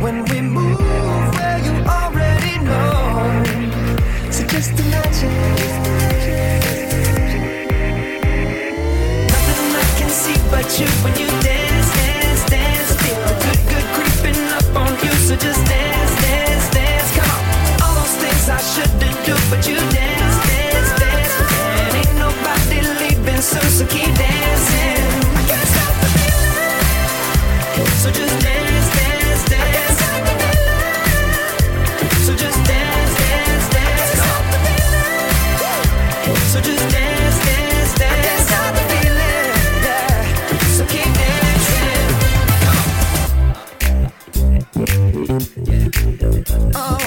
when we move where you already know. So just imagine. Nothing I can see but you when you dance, dance, dance. Feel the good, good creeping up on you. So just dance, dance, dance. Come on. All those things I shouldn't do, but you dance, dance, dance. And ain't nobody leaving soon, so keep dancing. I can't stop the feeling. So just dance, dance, dance. I can't stop the feeling. So just dance, dance, dance. I can't stop the feeling. So just dance, dance, dance. I can't stop the feeling. Yeah. So keep dancing. Come on. Oh.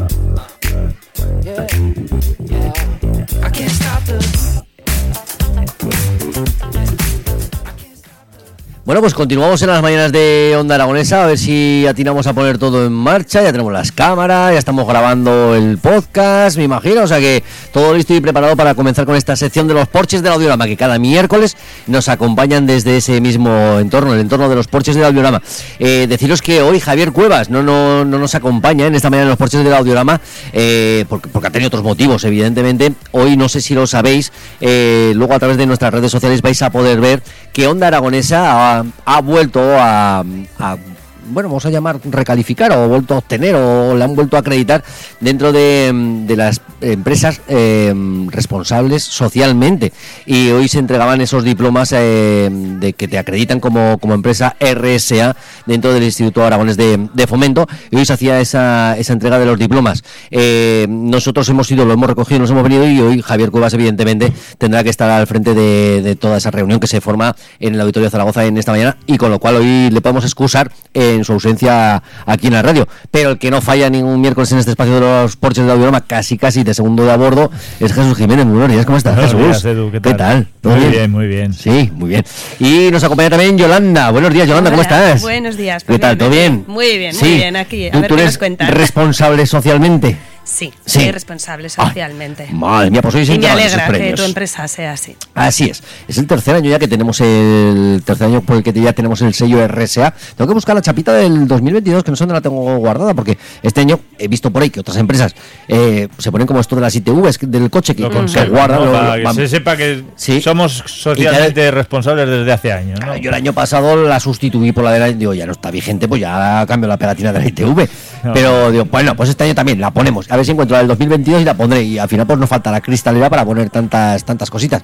Yeah. Yeah. I can't stop the. Bueno, pues continuamos en las mañanas de Onda Aragonesa, a ver si atinamos a poner todo en marcha. Ya tenemos las cámaras, ya estamos grabando el podcast, me imagino, o sea que todo listo y preparado para comenzar con esta sección de los porches del Audiorama, que cada miércoles nos acompañan desde ese mismo entorno, el entorno de los porches del Audiorama. Deciros que hoy Javier Cuevas no nos acompaña en esta mañana en los porches del Audiorama, porque ha tenido otros motivos, evidentemente. Hoy no sé si lo sabéis, luego a través de nuestras redes sociales vais a poder ver que Onda Aragonesa ha vuelto a bueno, vamos a llamar recalificar, o vuelto a obtener, o le han vuelto a acreditar dentro de las empresas responsables socialmente, y hoy se entregaban esos diplomas de que te acreditan como empresa RSA dentro del Instituto Aragonés de Fomento, y hoy se hacía esa entrega de los diplomas. Nosotros hemos ido, lo hemos recogido, nos hemos venido, y hoy Javier Cuevas evidentemente tendrá que estar al frente de toda esa reunión que se forma en el Auditorio de Zaragoza en esta mañana, y con lo cual hoy le podemos excusar en su ausencia aquí en la radio. Pero el que no falla ningún miércoles en este espacio de los porches de Audiorama, casi de segundo de a bordo, es Jesús Jiménez. Muy buenos días, ¿cómo estás, Jesús? Buenos días, Edu, ¿qué tal? ¿Todo muy bien? Muy bien. Sí, muy bien. Y nos acompaña también Yolanda. Buenos días, Yolanda. Hola, ¿Cómo estás? Buenos días. ¿Qué tal? ¿Todo bien? Muy bien, Sí. muy bien. Aquí, a ver ¿Tú qué eres nos cuentas. responsable socialmente? Sí, Sí. soy responsable socialmente. Madre mía, pues hoy se Y me entregan esos alegra que premios. tu empresa sea así. Así es. Es el tercer año ya que tenemos el ya tenemos el sello RSA. Tengo que buscar la chapita del 2022, que no sé dónde la tengo guardada, porque este año he visto por ahí que otras empresas se ponen como esto de las ITVs del coche, que se guardan. ¿no? Para que se sepa que Sí. somos socialmente responsables desde hace años, ¿no? Claro, yo el año pasado la sustituí por la de la... Digo, ya no está vigente, pues ya cambio la pegatina de la ITV. No. Pero digo, bueno, pues este año también la ponemos. A ver si encuentro la del 2022 y la pondré. Y al final pues nos falta la cristalera para poner tantas cositas.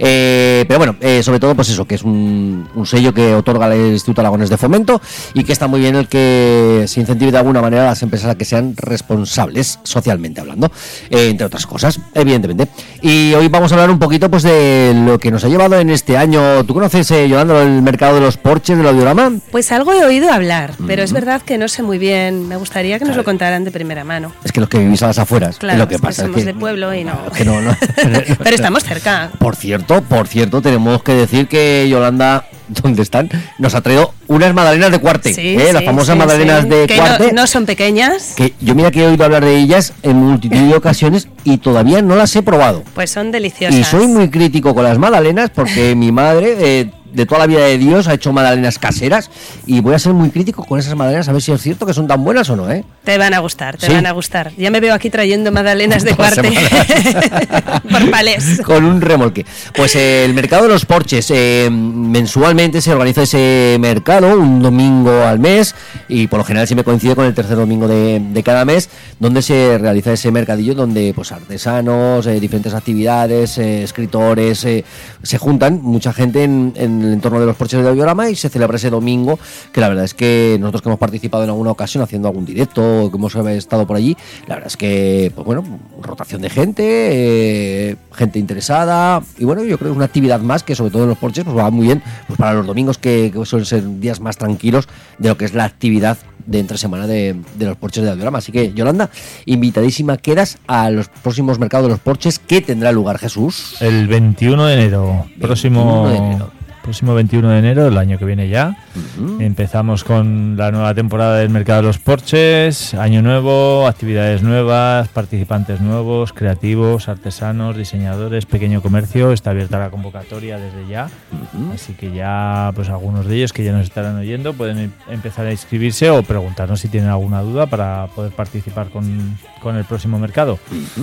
Pero bueno, sobre todo pues eso, que es un sello que otorga el Instituto Aragonés de Fomento, y que está muy bien el que se incentive de alguna manera a las empresas a que sean responsables socialmente hablando, entre otras cosas, evidentemente. Y hoy vamos a hablar un poquito pues de lo que nos ha llevado en este año. ¿Tú conoces, Yolanda, el mercado de los porches del Audiorama? Pues algo he oído hablar, pero es verdad que no sé muy bien. Me gustaría que nos lo contaran de primera mano. Es que los que vivís a las afueras, Claro, es lo que es que pasa. somos es que, de pueblo y no. que no. Pero estamos cerca. Por cierto, tenemos que decir que Yolanda, ¿dónde están? Nos ha traído unas magdalenas de Cuarte, Sí, las sí, famosas sí, magdalenas sí. de Que Cuarte. no son pequeñas, Que yo mira que he oído hablar de ellas en multitud de ocasiones y todavía no las he probado. pues son deliciosas. Y soy muy crítico con las magdalenas porque mi madre, de toda la vida de Dios, ha hecho magdalenas caseras, y voy a ser muy crítico con esas magdalenas a ver si es cierto que son tan buenas o no, ¿eh? Te van a gustar, te Sí. van a gustar. Ya me veo aquí trayendo magdalenas de Todas Cuarte por palés. Con un remolque. Pues el mercado de los porches, mensualmente se organiza ese mercado, un domingo al mes, y por lo general siempre coincide con el tercer domingo de cada mes, donde se realiza ese mercadillo, donde pues artesanos, diferentes actividades, escritores, se juntan, mucha gente en el entorno de los porches de Audiorama, y se celebra ese domingo, que la verdad es que nosotros que hemos participado en alguna ocasión haciendo algún directo, que hemos estado por allí, la verdad es que, pues bueno, rotación de gente, gente interesada, y bueno, yo creo que es una actividad más que sobre todo en los porches pues va muy bien pues para los domingos, que suelen ser días más tranquilos de lo que es la actividad de entre semana de los porches de Audiorama. Así que, Yolanda, invitadísima quedas a los próximos mercados de los porches, que tendrá lugar, Jesús. El 21 de enero, 21 de enero. próximo 21 de enero, el año que viene ya. Empezamos con la nueva temporada del Mercado de los Porches, año nuevo, actividades nuevas, participantes nuevos, creativos, artesanos, diseñadores, pequeño comercio. Está abierta la convocatoria desde ya, así que ya pues algunos de ellos que ya nos estarán oyendo pueden empezar a inscribirse o preguntarnos si tienen alguna duda para poder participar con el próximo mercado.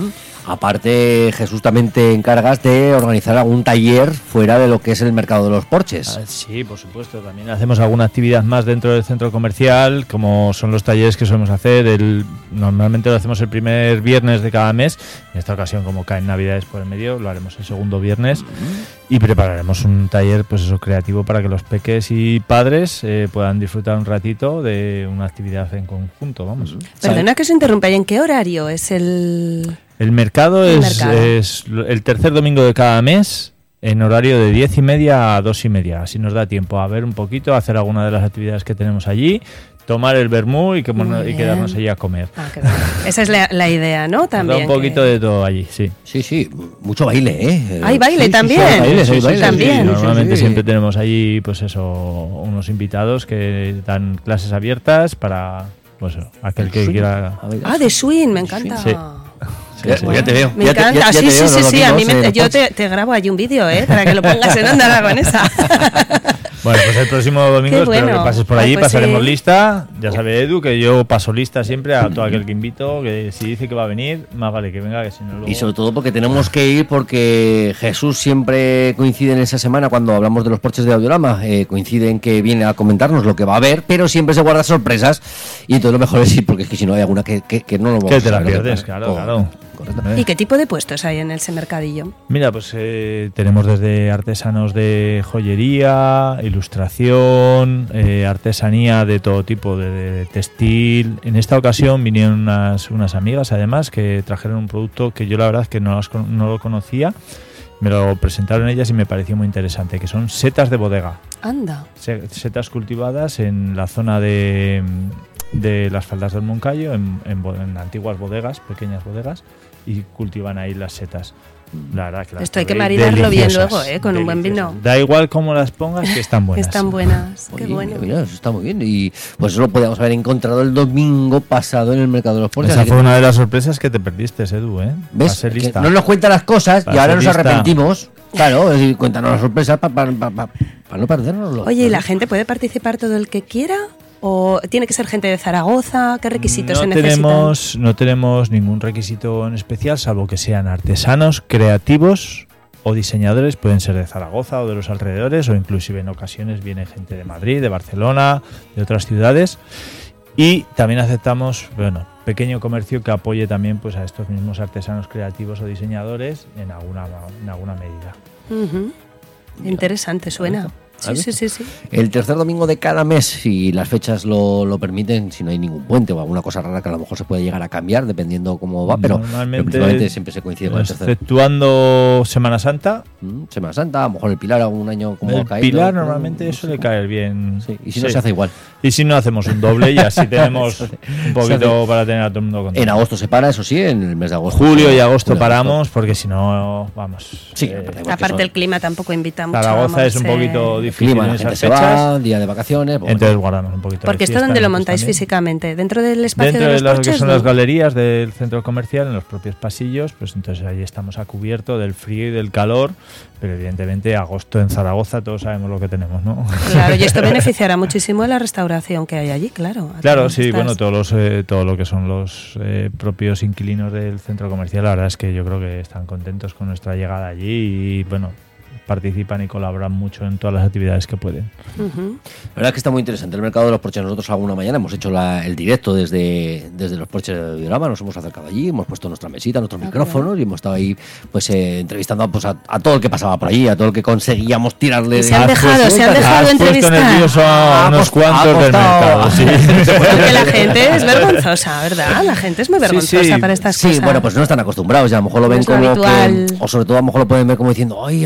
Aparte, Jesús, también te encargas de organizar algún taller fuera de lo que es el mercado de los Porches. Sí, por supuesto. También hacemos alguna actividad más dentro del centro comercial, como son los talleres que solemos hacer. Normalmente lo hacemos el primer viernes de cada mes. En esta ocasión, como caen Navidades por el medio, lo haremos el segundo viernes. Y prepararemos un taller pues eso, creativo para que los peques y padres puedan disfrutar un ratito de una actividad en conjunto. Vamos. Perdona que se interrumpa. ¿Y en qué horario es el...? El mercado es el tercer domingo de cada mes, en horario de 10:30 a 2:30. Así nos da tiempo a ver un poquito, a hacer alguna de las actividades que tenemos allí, tomar el vermú y quedarnos allí a comer. Qué bien. Esa es la idea, ¿no? También. Nos da un poquito de todo allí, sí. Sí, mucho baile, ¿eh? ¿Hay baile también? Hay baile, también. Sí, normalmente siempre tenemos allí, pues eso, unos invitados que dan clases abiertas para, pues aquel que quiera. De swing, me encanta. Sí. Ya te veo. Me encanta, sí. A mí yo te grabo allí un vídeo, para que lo pongas en Onda Aragonesa. Bueno, pues el próximo domingo espero que pases por allí, pasaremos lista. Ya sabe Edu que yo paso lista siempre a todo aquel que invito, que si dice que va a venir, más vale que venga, que si no luego... Y sobre todo porque tenemos que ir, porque Jesús siempre coincide en esa semana cuando hablamos de los Porches de Audiorama, coincide en que viene a comentarnos lo que va a haber, pero siempre se guarda sorpresas y entonces lo mejor es ir, porque es que si no hay alguna que no lo vamos a que te la pierdes, claro. ¿Y qué tipo de puestos hay en ese mercadillo? Mira, pues tenemos desde artesanos de joyería, ilustración, artesanía de todo tipo, de textil. En esta ocasión vinieron unas amigas, además, que trajeron un producto que yo la verdad es que no lo conocía. Me lo presentaron ellas y me pareció muy interesante, que son setas de bodega. Anda. Setas cultivadas en la zona de las faldas del Moncayo, en antiguas bodegas, pequeñas bodegas, y cultivan ahí las setas. La verdad que esto hay que maridarlo bien luego, con un buen vino. Da igual cómo las pongas, que están buenas. Están buenas, Oye, qué bueno. Mira, eso está muy bien. Y pues eso lo podíamos haber encontrado el domingo pasado en el Mercado de los Porches. Esa fue una de las sorpresas que te perdiste, Edu, ¿eh? ¿Ves? No nos cuenta las cosas y ahora nos arrepentimos. Claro, es decir, cuéntanos las sorpresas para no perdernoslo. Oye, ¿y la gente puede participar todo el que quiera? ¿O tiene que ser gente de Zaragoza? ¿Qué requisitos se necesitan? No tenemos ningún requisito en especial, salvo que sean artesanos, creativos o diseñadores. Pueden ser de Zaragoza o de los alrededores, o inclusive en ocasiones viene gente de Madrid, de Barcelona, de otras ciudades. Y también aceptamos, pequeño comercio que apoye también pues a estos mismos artesanos creativos o diseñadores en alguna medida. Interesante, suena. Sí. El tercer domingo de cada mes, si las fechas lo permiten, si no hay ningún puente o alguna cosa rara que a lo mejor se puede llegar a cambiar dependiendo cómo va, pero normalmente siempre se coincide con el tercer. Exceptuando Semana Santa. Semana Santa, a lo mejor el Pilar algún año como el ha caído. El Pilar normalmente suele caer bien. Sí, y si no se hace igual. Y si no hacemos un doble y así tenemos un poquito para tener a todo el mundo contento. En agosto se para, eso sí, en el mes de agosto. Julio y agosto paramos porque si no, vamos. Sí, aparte el clima tampoco invita mucho. Zaragoza es un poquito difícil. Clima, la gente se va, día de vacaciones. Pues entonces guardamos un poquito. Porque esto ¿dónde lo montáis físicamente? ¿Dentro del espacio dentro de los Porches? Que son las galerías del centro comercial, en los propios pasillos, pues entonces ahí estamos a cubierto del frío y del calor, pero evidentemente agosto en Zaragoza todos sabemos lo que tenemos, ¿no? Claro, y esto beneficiará muchísimo a la restauración que hay allí, claro. Claro, sí, todo lo que son los propios inquilinos del centro comercial, la verdad es que yo creo que están contentos con nuestra llegada allí y participan y colaboran mucho en todas las actividades que pueden. La verdad es que está muy interesante el mercado de los Porches. Nosotros alguna mañana hemos hecho el directo desde los Porches de Audiorama, nos hemos acercado allí, hemos puesto nuestra mesita, nuestros micrófonos y hemos estado ahí pues entrevistando a todo el que pasaba por allí, a todo el que conseguíamos tirarle. Y se han dejado entrevistar. Nervioso a unos cuantos del mercado. Sí. Porque la gente es vergonzosa, ¿verdad? La gente es muy vergonzosa para estas cosas. Sí, bueno, pues no están acostumbrados, ya a lo mejor lo ven como que, o sobre todo a lo mejor lo pueden ver como diciendo, ay, a ver qué me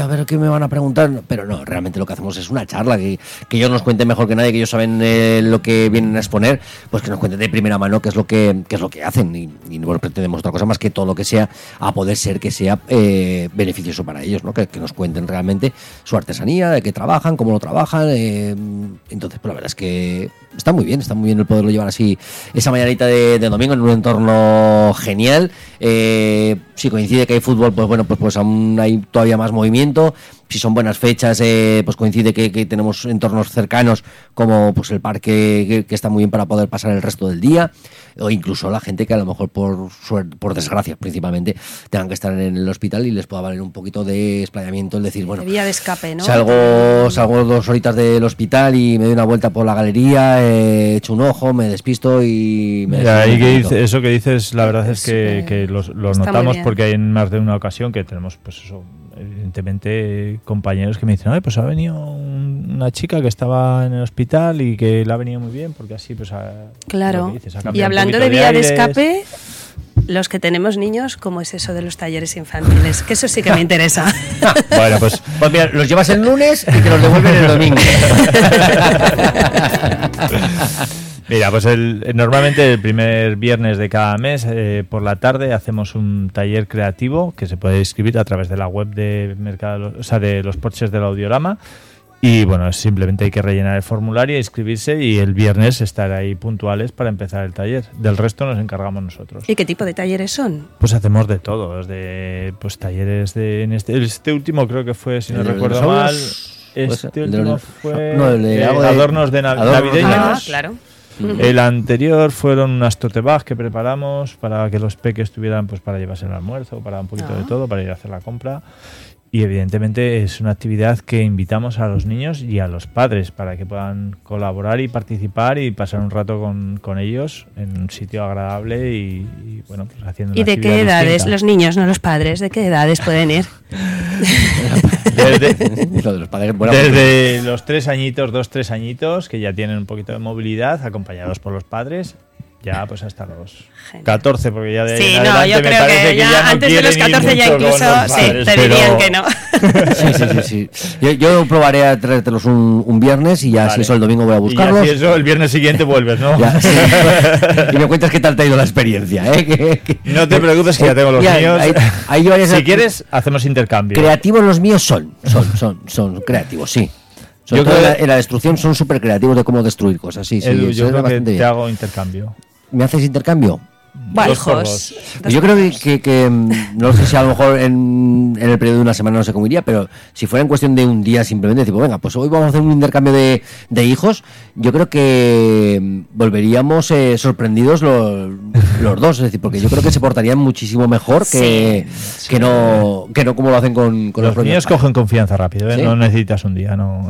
van a preguntar, pero no, realmente lo que hacemos es una charla, que ellos nos cuenten mejor que nadie, que ellos saben lo que vienen a exponer, pues que nos cuenten de primera mano qué es lo que hacen, y no pretendemos otra cosa más que todo lo que sea, a poder ser que sea beneficioso para ellos, ¿no? Que nos cuenten realmente su artesanía, de qué trabajan, cómo lo trabajan, entonces pues la verdad es que está muy bien el poderlo llevar así esa mañanita de domingo en un entorno genial. Si coincide que hay fútbol, pues bueno, pues aún hay todavía más movimiento. Si son buenas fechas, pues coincide que tenemos entornos cercanos como pues el parque que está muy bien para poder pasar el resto del día, o incluso la gente que a lo mejor por desgracia principalmente tengan que estar en el hospital y les pueda valer un poquito de explayamiento, el decir, bueno, de vía de escape, ¿no? salgo 2 horitas del hospital y me doy una vuelta por la galería, echo un ojo, me despisto y me... Mira, eso que dices, la verdad es que los notamos, porque hay en más de una ocasión que tenemos, pues eso, evidentemente, compañeros que me dicen, pues ha venido una chica que estaba en el hospital y que le ha venido muy bien, porque así pues claro. Dices, y hablando de vía de escape, los que tenemos niños, ¿cómo es eso de los talleres infantiles? Que eso sí que me interesa. Bueno, pues mira, los llevas el lunes y te los devuelven el domingo. Mira, pues normalmente el primer viernes de cada mes por la tarde hacemos un taller creativo que se puede inscribir a través de la web de de los porches del Audiorama. Y bueno, simplemente hay que rellenar el formulario, inscribirse y el viernes estar ahí puntuales para empezar el taller. Del resto nos encargamos nosotros. ¿Y qué tipo de talleres son? Pues hacemos de todo, desde pues talleres en este último creo que fue, si no recuerdo mal, último fue adornos de navideños. Ah, claro. El anterior fueron unas tote bags que preparamos para que los peques tuvieran pues para llevarse el almuerzo, para un poquito de todo, para ir a hacer la compra. Y evidentemente es una actividad que invitamos a los niños y a los padres para que puedan colaborar y participar y pasar un rato con ellos en un sitio agradable y bueno, pues haciendo una ¿Y de qué edades? Distinta. Los niños, no los padres, ¿de qué edades pueden ir? Desde los 3 añitos, 2-3 añitos, que ya tienen un poquito de movilidad, acompañados por los padres. Ya pues hasta los 14, porque ya de ahí en adelante yo creo me parece que ya no antes de los 14 ya incluso te dirían que no. Sí. Yo probaré a traértelos un viernes y ya si eso el domingo voy a buscarlos. Y si eso el viernes siguiente vuelves, ¿no? Ya, sí. Y me cuentas qué tal te ha ido la experiencia, ¿eh? No te preocupes que ya tengo los míos. Si quieres, hacemos intercambio. Creativos los míos son creativos, sí. Yo creo que en la destrucción son súper creativos de cómo destruir cosas. Sí, yo creo que te hago intercambio. ¿Me haces intercambio? Bajos. Yo creo que no sé si a lo mejor en el periodo de una semana no sé cómo iría, pero si fuera en cuestión de un día simplemente, tipo, venga, pues hoy vamos a hacer un intercambio de hijos, yo creo que volveríamos sorprendidos los dos, es decir, porque yo creo que se portarían muchísimo mejor que no como lo hacen con los niños. Cogen confianza rápido, ¿eh? ¿Sí? No necesitas un día, no.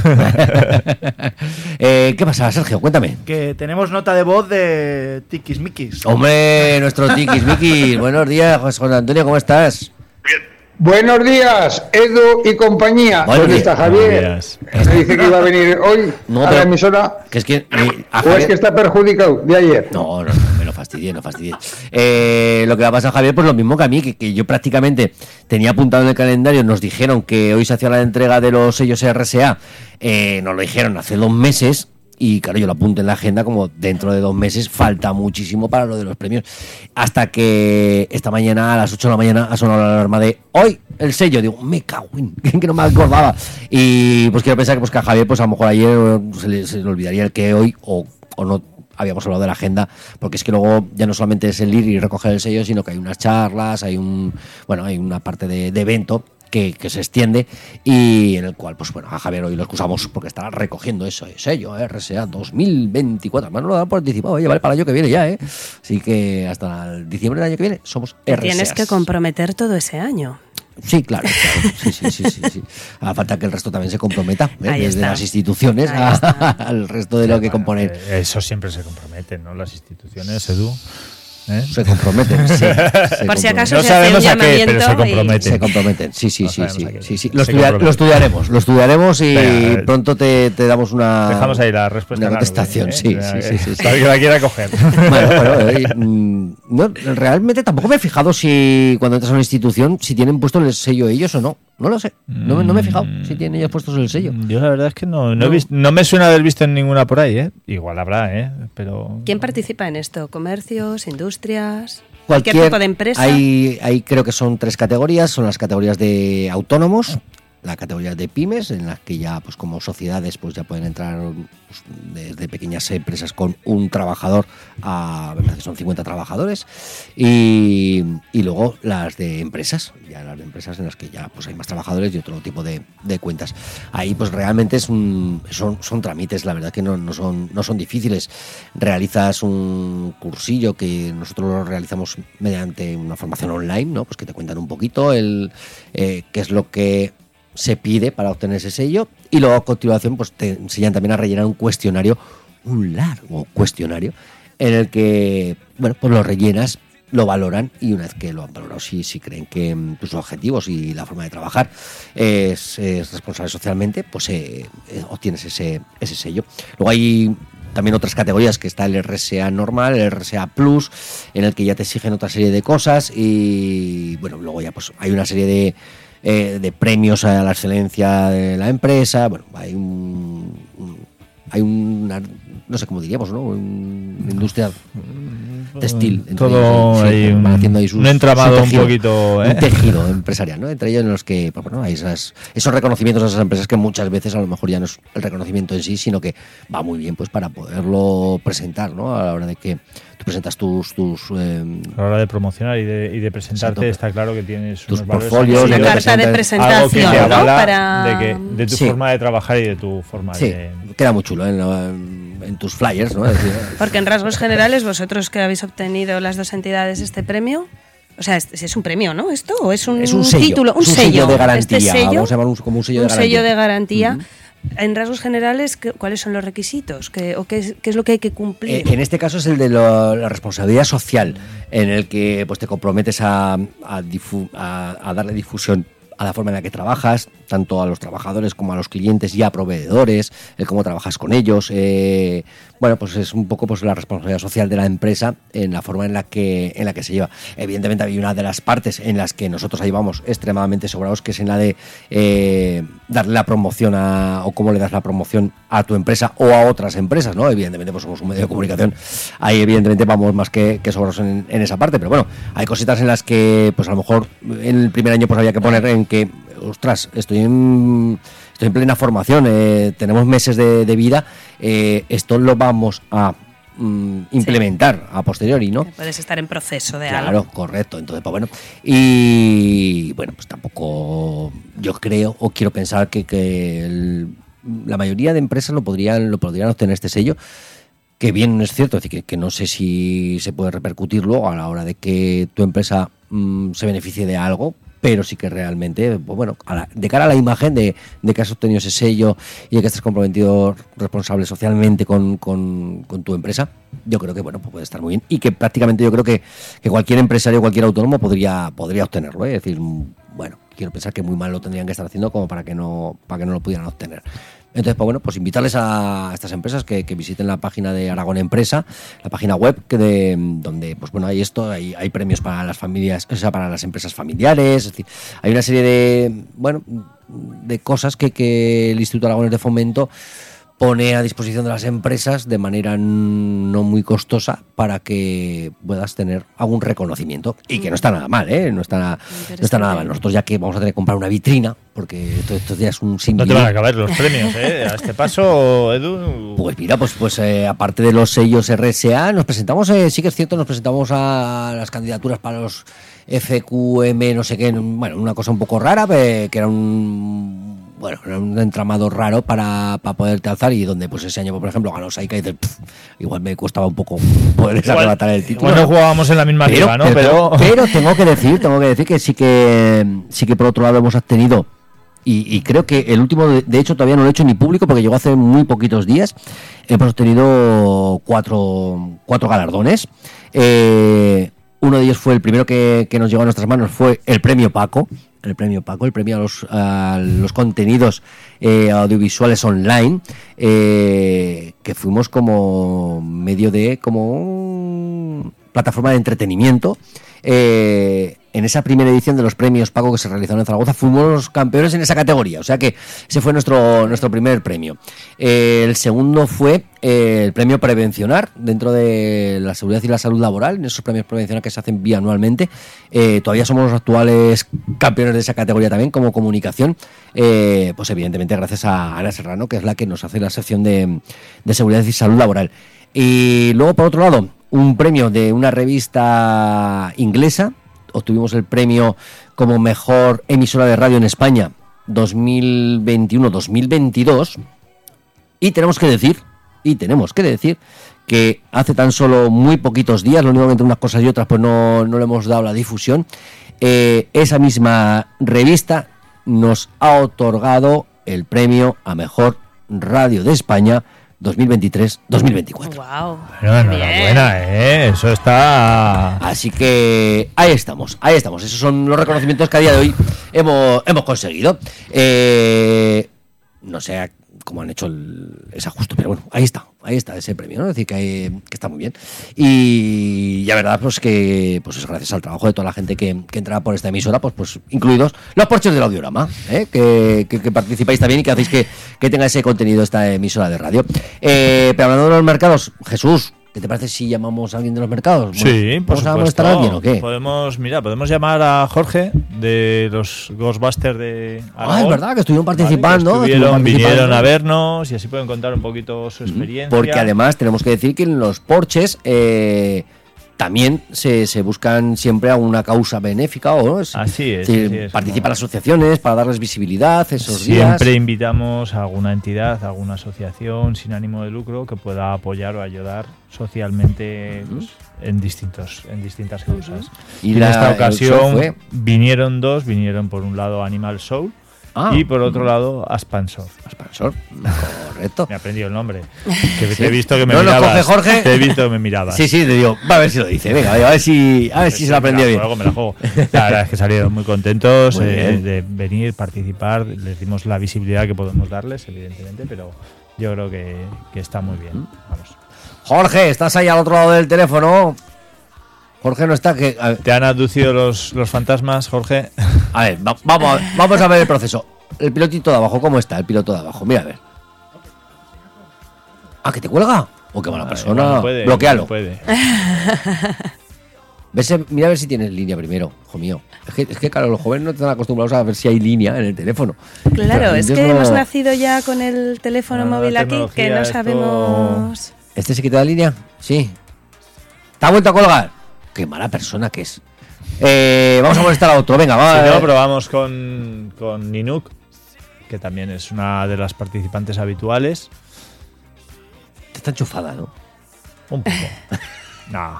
¿Qué pasa, Sergio? Cuéntame. Que tenemos nota de voz de Tiquismiquis. Hombre, nuestro Tiquismiquis. Buenos días, José Antonio, ¿cómo estás? Buenos días, Edu y compañía. ¿Dónde está Javier? Me dice que iba a venir hoy a la emisora. Que es que, Javier... ¿O es que está perjudicado de ayer? No, me lo fastidié. Lo que va a pasar, Javier, pues lo mismo que a mí, que yo prácticamente tenía apuntado en el calendario. Nos dijeron que hoy se hacía la entrega de los sellos RSA. Nos lo dijeron hace 2 meses. Y claro, yo lo apunto en la agenda como dentro de 2 meses, falta muchísimo para lo de los premios. Hasta que esta mañana a las 8 de la mañana ha sonado la alarma de hoy el sello. Digo, me cago en que no me acordaba. Y pues quiero pensar que a Javier, pues a lo mejor ayer se le olvidaría el que hoy o no habíamos hablado de la agenda, porque es que luego ya no solamente es el ir y recoger el sello, sino que hay unas charlas, hay una parte de evento que se extiende y en el cual, pues bueno, a Javier hoy lo excusamos porque estará recogiendo ese sello RSA 2024. Además, no lo han participado, vale para el año que viene ya, Así que hasta el diciembre del año que viene somos RSA. Tienes que comprometer todo ese año. Sí, claro. Sí. A falta que el resto también se comprometa, desde las instituciones al resto de lo que componen. Eso siempre se comprometen, ¿no? Las instituciones, Edu. Se comprometen, sí. Por si acaso no se hace un llamamiento, pero se comprometen. Sí. Lo estudiaremos y pronto te damos una... Dejamos ahí la respuesta. Una contestación, sí. Para que la quiera coger. Bueno, realmente tampoco me he fijado si cuando entras a una institución, si tienen puesto el sello ellos o no. No lo sé, no me he fijado si tienen ellos puestos el sello. Yo la verdad es que no he visto, no me suena haber visto en ninguna por ahí, ¿eh? Igual habrá, pero... ¿Quién participa en esto? ¿Comercios, industrias? Cualquier tipo de empresa? Hay creo que son 3 categorías, son las categorías de autónomos, la categoría de pymes, en las que ya pues como sociedades pues ya pueden entrar pues, desde pequeñas empresas con un trabajador a, me parece que son 50 trabajadores, y luego las de empresas, ya las de empresas en las que ya pues hay más trabajadores y otro tipo de cuentas. Ahí pues realmente son trámites, la verdad que no son difíciles. Realizas un cursillo que nosotros lo realizamos mediante una formación online, ¿no? Pues que te cuentan un poquito qué es lo que se pide para obtener ese sello, y luego a continuación pues te enseñan también a rellenar un largo cuestionario en el que, bueno, pues lo rellenas, lo valoran, y una vez que lo han valorado, si creen que tus objetivos y la forma de trabajar es responsable socialmente, pues obtienes ese sello. Luego hay también otras categorías, que está el RSA normal, el RSA Plus, en el que ya te exigen otra serie de cosas, y bueno, luego ya pues hay una serie de premios a la excelencia de la empresa. Bueno, hay una, no sé cómo diríamos, ¿no? Una industria textil. Todo ellos, hay haciendo ahí un entramado tejido, un poquito, un tejido empresarial, ¿no? Entre ellos en los que, pues, bueno, hay esos reconocimientos a esas empresas que muchas veces a lo mejor ya no es el reconocimiento en sí, sino que va muy bien pues para poderlo presentar, ¿no? A la hora de que tú presentas tus a la hora de promocionar y de presentarte. Exacto. Está claro que tienes tus unos portfolios, una carta de presentación, algo que te avala para... de tu forma de trabajar y de tu forma de... queda muy chulo en tus flyers, ¿no? Porque en rasgos generales, vosotros que habéis obtenido las 2 entidades este premio, o sea, es un premio, ¿no? ¿Esto? ¿O es un sello, título? Un sello de garantía. Este sello, vamos a llamarlo como un sello de garantía. Un sello de garantía. En rasgos generales, ¿cuáles son los requisitos? ¿Qué es lo que hay que cumplir? En este caso es el de la responsabilidad social, en el que pues te comprometes a darle difusión a la forma en la que trabajas, tanto a los trabajadores como a los clientes y a proveedores, el cómo trabajas con ellos. Bueno, pues es un poco pues la responsabilidad social de la empresa en la forma en la que se lleva. Evidentemente hay una de las partes en las que nosotros ahí vamos extremadamente sobrados, que es en la de darle la promoción o cómo le das la promoción a tu empresa o a otras empresas, ¿no? Evidentemente pues somos un medio de comunicación, ahí evidentemente vamos más que sobrados en esa parte, pero bueno, hay cositas en las que pues a lo mejor en el primer año pues había que poner en que, ostras, estoy en plena formación, tenemos meses de vida, esto lo vamos a implementar a posteriori, ¿no? Puedes estar en proceso de algo. Claro, correcto. Entonces, pues bueno, y bueno, pues tampoco yo creo o quiero pensar que la mayoría de empresas lo podrían obtener este sello, que bien es cierto, es decir, que no sé si se puede repercutir luego a la hora de que tu empresa se beneficie de algo, pero sí que realmente, pues bueno, de cara a la imagen de que has obtenido ese sello y de que estás comprometido responsable socialmente con tu empresa, yo creo que bueno, pues puede estar muy bien, y que prácticamente yo creo que cualquier empresario, cualquier autónomo podría obtenerlo, Es decir, bueno, quiero pensar que muy mal lo tendrían que estar haciendo como para que no lo pudieran obtener. Entonces, pues bueno, pues invitarles a estas empresas que visiten la página de Aragón Empresa, la página web donde pues bueno, hay premios para las familias, o sea, para las empresas familiares, es decir, hay una serie de cosas que el Instituto Aragonés de Fomento pone a disposición de las empresas de manera no muy costosa para que puedas tener algún reconocimiento, y que no está nada mal, no está nada mal. Nosotros ya que vamos a tener que comprar una vitrina, porque esto ya es un símbolo. No te van a acabar los premios, a este paso, Edu. Pues mira, pues aparte de los sellos RSA, nos presentamos, sí que es cierto, nos presentamos a las candidaturas para los FQM, no sé qué, bueno, una cosa un poco rara, que era un entramado raro para poderte alzar, y donde pues ese año, por ejemplo, ganó Saika, y dices, igual me costaba un poco poder arrebatar el título. Bueno, jugábamos en la misma liga, ¿no? Pero tengo que decir que sí que por otro lado hemos obtenido, y creo que el último, de hecho todavía no lo he hecho ni público porque llegó hace muy poquitos días, hemos obtenido cuatro galardones. Uno de ellos fue el primero que nos llegó a nuestras manos, fue el premio Paco, el premio a los contenidos audiovisuales online, que fuimos como medio de, como plataforma de entretenimiento, en esa primera edición de los premios Paco que se realizaron en Zaragoza, fuimos los campeones en esa categoría, o sea que ese fue nuestro primer premio. El segundo fue el premio Prevencionar, dentro de la seguridad y la salud laboral, en esos premios Prevencionar que se hacen bianualmente. Todavía somos los actuales campeones de esa categoría también, como comunicación, pues evidentemente gracias a Ana Serrano, que es la que nos hace la sección de seguridad y salud laboral. Y luego, por otro lado, un premio de una revista inglesa. Obtuvimos el premio como mejor emisora de radio en España 2021-2022. Y tenemos que decir que hace tan solo muy poquitos días, lo único que entre unas cosas y otras pues no le hemos dado la difusión, esa misma revista nos ha otorgado el premio a mejor radio de España 2023-2024. Wow. Bueno, enhorabuena, eso está. Así que ahí estamos. Esos son los reconocimientos que a día de hoy hemos conseguido. No sé cómo han hecho ese ajuste, pero bueno, ahí está ese premio, ¿no? Es decir, que está muy bien. Y la verdad, pues que pues es gracias al trabajo de toda la gente que entra por esta emisora, pues incluidos los porches del Audiorama, que participáis también y que hacéis que tenga ese contenido esta emisora de radio. Pero hablando de los mercados, Jesús, ¿qué te parece si llamamos a alguien de los mercados? Sí, por supuesto. ¿Vamos a molestar a alguien o qué? Podemos llamar a Jorge de los Ghostbusters de Aragón. Es verdad, que estuvieron participando. Vale, vinieron a vernos y así pueden contar un poquito su experiencia. Porque además tenemos que decir que en los porches también se buscan siempre a una causa benéfica, ¿o no? Así es. Participan asociaciones para darles visibilidad esos días. Siempre invitamos a alguna entidad, a alguna asociación sin ánimo de lucro que pueda apoyar o ayudar socialmente pues, en distintas causas. Y en esta ocasión vinieron dos, por un lado Animal Soul y por otro lado Aspansor, correcto. Me he aprendido el nombre. Que te he visto que me mirabas. No, Jorge. Te he visto que me mirabas. Sí, te digo, va a ver si lo dice. Venga, a ver si se lo aprendió bien. Luego me la juego. La verdad es que salieron muy contentos de venir, participar. Les dimos la visibilidad que podemos darles, evidentemente, pero yo creo que está muy bien. Vamos. Jorge, ¿estás ahí al otro lado del teléfono? Jorge no está. ¿Te han aducido los fantasmas, Jorge? A ver, vamos a ver el proceso. El pilotito de abajo, ¿cómo está el piloto de abajo? Mira, a ver. ¿Que te cuelga? Qué mala persona. Bloquéalo. No puede. Mira a ver si tienes línea primero, hijo mío. Es que claro, los jóvenes no están acostumbrados a ver si hay línea en el teléfono. Claro, es que hemos nacido ya con el teléfono móvil aquí, que no sabemos... ¿Este se quita la línea? Sí. ¿Te ha vuelto a colgar? Qué mala persona que es. Vamos a molestar a otro. Venga, vamos. Si no, probamos con Ninuk, que también es una de las participantes habituales. Está enchufada, ¿no? Un poco. No.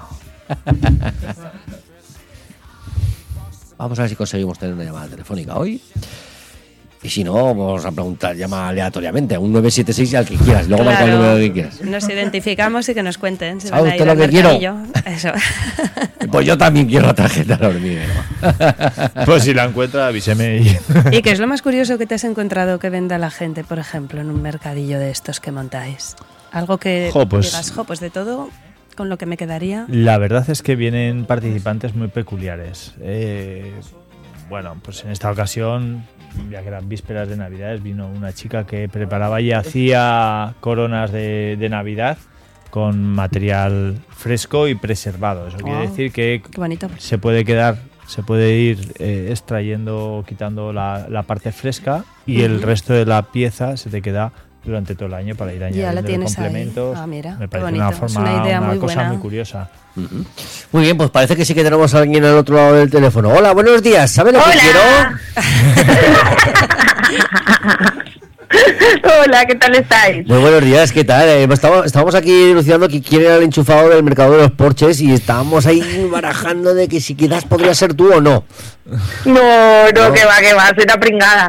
Vamos a ver si conseguimos tener una llamada telefónica hoy. Y si no, vamos a preguntar, llama aleatoriamente a un 976 al que quieras. Luego marca el número que quieras. Nos identificamos y que nos cuenten. Si ¿Sabe usted lo que quiero? Eso. Pues yo también quiero la tarjeta de hormiguero. Pues si la encuentra, avíseme. ¿Y qué es lo más curioso que te has encontrado que venda la gente, por ejemplo, en un mercadillo de estos que montáis? Algo que digas, pues de todo, con lo que me quedaría. La verdad es que vienen participantes muy peculiares. Bueno, pues en esta ocasión, ya que eran vísperas de Navidades, vino una chica que preparaba y hacía coronas de Navidad con material fresco y preservado. Eso quiere decir que se puede ir extrayendo, quitando la parte fresca y el resto de la pieza se te queda durante todo el año para ir añadiendo complementos. Mira, me parece una cosa muy curiosa. Muy bien, pues parece que sí que tenemos a alguien al otro lado del teléfono. Hola, buenos días. ¿Sabe lo que quiero? Hola, ¿qué tal estáis? Muy buenos días, ¿qué tal? Estábamos aquí dilucidando quién era el enchufado del mercado de los porches y estábamos ahí barajando de que si quizás podría ser tú o no. No, que va, soy una pringada.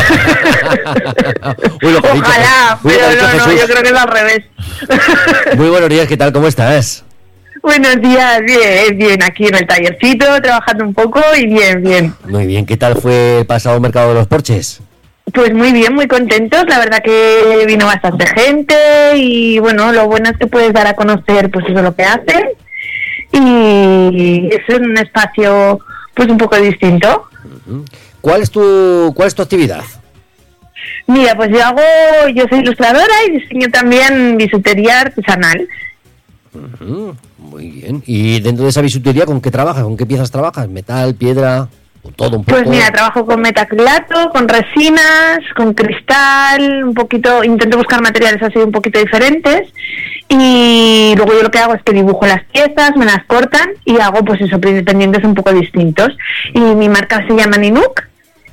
Uy, ojalá, pero no, yo creo que es al revés. Muy buenos días, ¿qué tal? ¿Cómo estás? Buenos días, bien, aquí en el tallercito, trabajando un poco y bien. Muy bien, ¿qué tal fue el pasado mercado de los porches? Pues muy bien, muy contentos, la verdad que vino bastante gente y bueno, lo bueno es que puedes dar a conocer pues eso lo que hacen y es un espacio pues un poco distinto. ¿Cuál es tu actividad? Mira, pues yo soy ilustradora y diseño también bisutería artesanal. Muy bien. ¿Y dentro de esa bisutería con qué trabajas? ¿Con qué piezas trabajas? ¿Metal, piedra? ¿O todo un poco? Pues mira, trabajo con metacrilato, con resinas, con cristal, un poquito, intento buscar materiales así un poquito diferentes. Y luego yo lo que hago es que dibujo las piezas, me las cortan y hago pues eso, pendientes un poco distintos. Y mi marca se llama Ninook.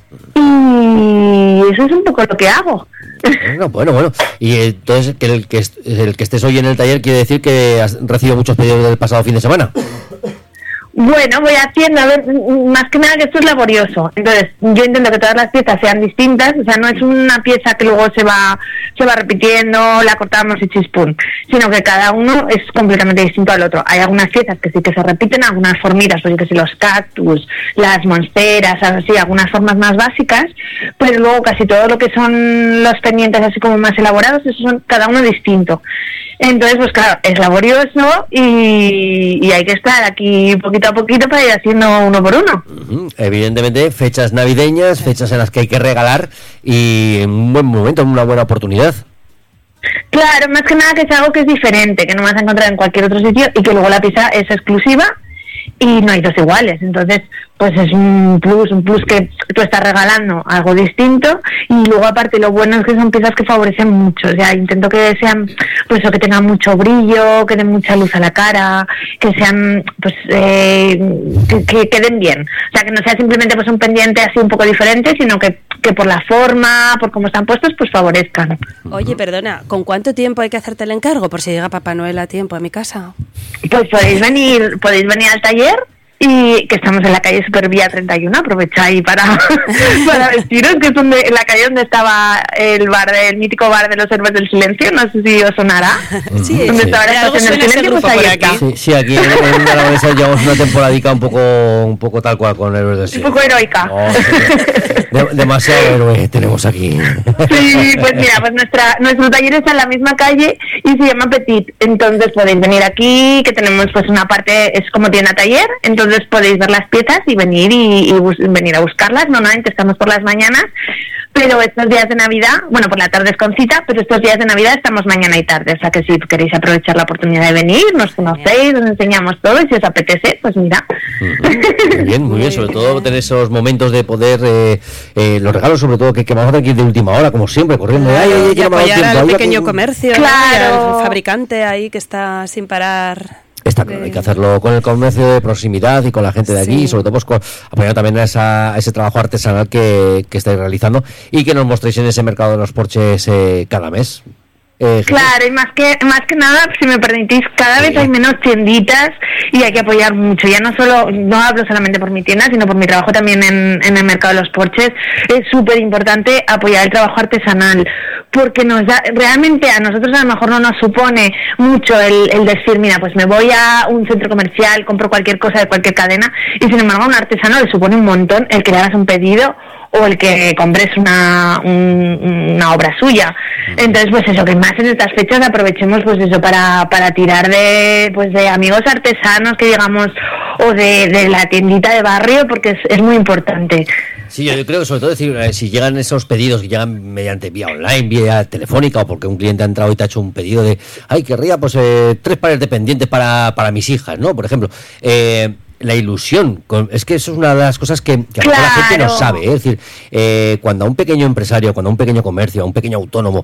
Y eso es un poco lo que hago. Bueno. Y entonces el que estés hoy en el taller quiere decir que has recibido muchos pedidos del pasado fin de semana. Bueno, voy haciendo, a ver, más que nada que esto es laborioso. Entonces, yo intento que todas las piezas sean distintas, o sea, no es una pieza que luego se va repitiendo, la cortamos y chispún, sino que cada uno es completamente distinto al otro. Hay algunas piezas que sí que se repiten, algunas formitas, pues yo que sé, los cactus, las monsteras, así, algunas formas más básicas, pero luego casi todo lo que son los pendientes así como más elaborados, esos son cada uno distinto. Entonces, pues claro, es laborioso y hay que estar aquí poquito a poquito para ir haciendo uno por uno. Evidentemente, fechas navideñas, fechas en las que hay que regalar y en un buen momento, en una buena oportunidad. Claro, más que nada que es algo que es diferente, que no vas a encontrar en cualquier otro sitio y que luego la pieza es exclusiva y no hay dos iguales. Entonces, pues es un plus que tú estás regalando algo distinto y luego aparte lo bueno es que son piezas que favorecen mucho. O sea, intento que sean, pues eso, que tengan mucho brillo, que den mucha luz a la cara, que sean, pues, que queden bien. O sea, que no sea simplemente pues un pendiente así un poco diferente, sino que por la forma, por cómo están puestos, pues favorezcan. Oye, perdona, ¿con cuánto tiempo hay que hacerte el encargo por si llega Papá Noel a tiempo a mi casa? Pues podéis venir al taller y que estamos en la calle Supervía 31, aprovecháis para vestiros, que es en la calle donde estaba el mítico bar de los Héroes del Silencio, no sé si os sonará. Sí, donde estaba la estación del Silencio, pues ahí está. Sí, aquí en la Aragonesa llevamos una temporadica un poco tal cual con Héroes del Silencio. Un poco heroica. Demasiado héroe tenemos aquí. Sí, pues mira, pues nuestro taller está en la misma calle y se llama Petit, entonces podéis venir aquí, que tenemos pues una parte, es como tienda taller, entonces podéis ver las piezas y venir venir a buscarlas. Normalmente estamos por las mañanas, pero estos días de Navidad, bueno, por la tarde es con cita, pero estos días de Navidad estamos mañana y tarde, o sea que si queréis aprovechar la oportunidad de venir, nos conocéis, os enseñamos todo y si os apetece, pues mira. Muy bien, sobre todo tener esos momentos de poder, los regalos sobre todo que vamos a tener que ir de última hora, como siempre, corriendo. Y apoyar al pequeño comercio, claro, al fabricante ahí que está sin parar. Está claro, hay que hacerlo con el comercio de proximidad y con la gente de allí, y sobre todo pues apoyando también a ese trabajo artesanal que estáis realizando y que nos mostréis en ese mercado de los Porches cada mes. Claro, y más que nada, si me permitís, cada vez hay menos tienditas y hay que apoyar mucho. Ya no hablo solamente por mi tienda, sino por mi trabajo también en el mercado de los Porches. Es súper importante apoyar el trabajo artesanal, porque realmente a nosotros a lo mejor no nos supone mucho el decir, mira, pues me voy a un centro comercial, compro cualquier cosa de cualquier cadena, y sin embargo a un artesano le supone un montón el que le hagas un pedido o el que compres una obra suya. Entonces, pues eso, que más en estas fechas aprovechemos pues eso para tirar de amigos artesanos que digamos, o de la tiendita de barrio, porque es muy importante. Sí, yo creo que sobre todo decir, si llegan esos pedidos que llegan mediante vía online, vía telefónica, o porque un cliente ha entrado y te ha hecho un pedido de, querría pues 3 pares de pendientes para mis hijas, ¿no? Por ejemplo, la ilusión, es que eso es una de las cosas que claro, la gente no sabe, es decir, cuando a un pequeño empresario, cuando a un pequeño comercio, a un pequeño autónomo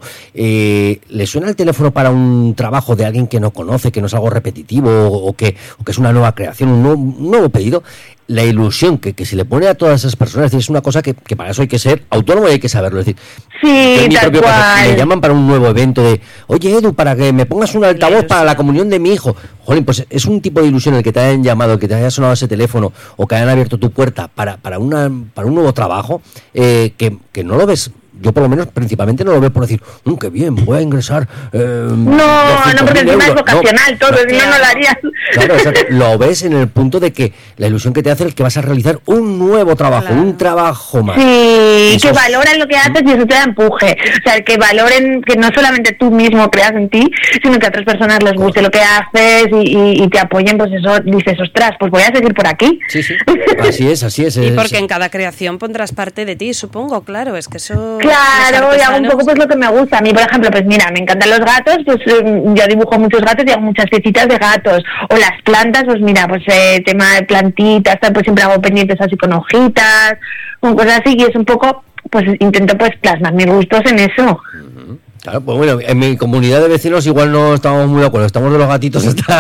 le suena el teléfono para un trabajo de alguien que no conoce, que no es algo repetitivo o que es una nueva creación, un nuevo pedido, la ilusión que se le pone a todas esas personas, es una cosa que para eso hay que ser autónomo y hay que saberlo. Es decir, sí, tal cual. Si me llaman para un nuevo evento de, oye Edu, para que me pongas un altavoz para la comunión de mi hijo, jolín, pues es un tipo de ilusión el que te hayan llamado, que te haya sonado ese teléfono o que hayan abierto tu puerta para un nuevo trabajo, que no lo ves yo por lo menos principalmente no lo veo por decir, qué bien, voy a ingresar. No, porque encima es vocacional todo, si no lo harías. Claro, exacto. Lo ves en el punto de que la ilusión que te hace es que vas a realizar un nuevo trabajo, un trabajo más. Sí, que valoren lo que haces y eso te da empuje. O sea, que valoren que no solamente tú mismo creas en ti, sino que a otras personas les guste lo que haces y te apoyen, pues eso, dices, ostras, pues voy a seguir por aquí. Sí, así es. Y porque en cada creación pondrás parte de ti, supongo, claro, es que eso... Claro, y hago un poco pues lo que me gusta. A mí, por ejemplo, pues mira, me encantan los gatos, pues yo dibujo muchos gatos y hago muchas piecitas de gatos. O las plantas, pues mira, pues tema de plantitas, pues siempre hago pendientes así con hojitas, con cosas así, y es un poco, pues intento pues plasmar mis gustos en eso. Claro, pues bueno, en mi comunidad de vecinos igual no estamos muy de acuerdo, estamos de los gatitos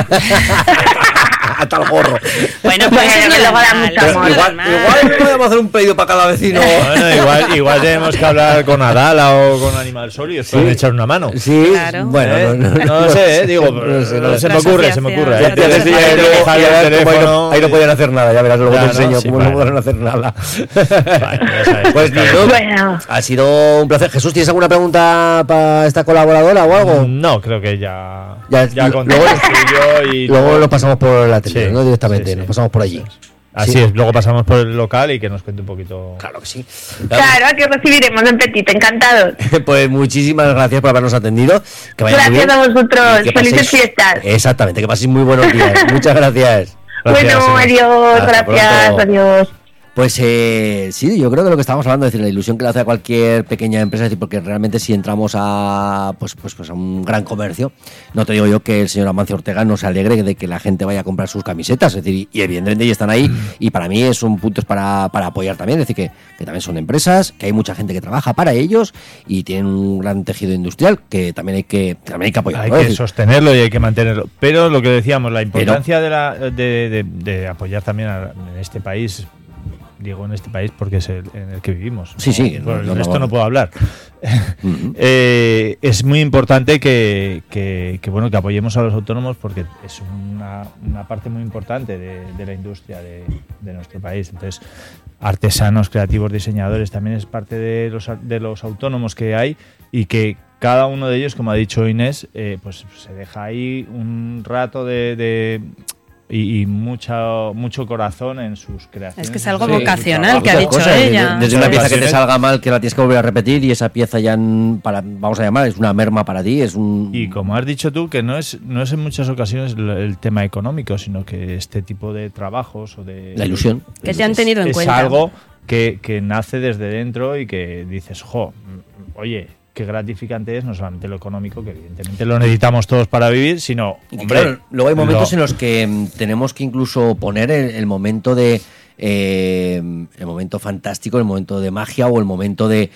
hasta el gorro. Bueno, pues luego da mucho amor. Igual podemos hacer un pedido para cada vecino. Bueno, igual tenemos que hablar con Adala o con Animal Sol y os pueden echar una mano. Sí, claro. Bueno, no lo sé, digo, se me ocurre. Ahí no podían hacer nada, ya verás, luego te enseño cómo no podrán hacer nada. Pues bueno, ha sido un placer. Jesús, ¿tienes alguna pregunta para esta colaboradora o algo? No, creo que ya contamos y luego lo pasamos por la tele, ¿no? Directamente, nos pasamos por allí. Así es, luego pasamos por el local y que nos cuente un poquito. Claro que sí. Claro, aquí os recibiremos en Petit, encantados. Pues muchísimas gracias por habernos atendido. Que vaya gracias muy bien. A vosotros, felices fiestas. Exactamente, que paséis muy buenos días. Muchas gracias. Bueno, adiós, gracias, adiós. Pues sí, yo creo que lo que estábamos hablando, es decir, la ilusión que le hace a cualquier pequeña empresa, es decir, porque realmente si entramos a pues a un gran comercio, no te digo yo que el señor Amancio Ortega no se alegre de que la gente vaya a comprar sus camisetas, es decir, y evidentemente ellos están ahí, y para mí es un punto para apoyar también, es decir, que también son empresas, que hay mucha gente que trabaja para ellos y tienen un gran tejido industrial que también hay que apoyar. Hay que sostenerlo y hay que mantenerlo, pero lo que decíamos, la importancia de apoyar también en este país. Digo en este país porque es en el que vivimos. Sí. Bueno, el resto no puedo hablar. Es muy importante que apoyemos a los autónomos porque es una parte muy importante de la industria de nuestro país. Entonces, artesanos, creativos, diseñadores, también es parte de los autónomos que hay y que cada uno de ellos, como ha dicho Inés, pues se deja ahí un rato y mucho corazón en sus creaciones. Es que es algo vocacional que ha dicho ella. Desde una pieza que te salga mal, que la tienes que volver a repetir, y esa pieza ya, vamos a llamar, es una merma para ti. Y como has dicho tú, que no es en muchas ocasiones el tema económico, sino que este tipo de trabajos o de... La ilusión. Que te han tenido en cuenta. Es algo que nace desde dentro y que dices, oye... Qué gratificante es, no solamente lo económico, que evidentemente lo necesitamos todos para vivir, sino, hombre... Claro, luego hay momentos en los que tenemos que incluso poner el momento de... el momento fantástico, el momento de magia o el momento de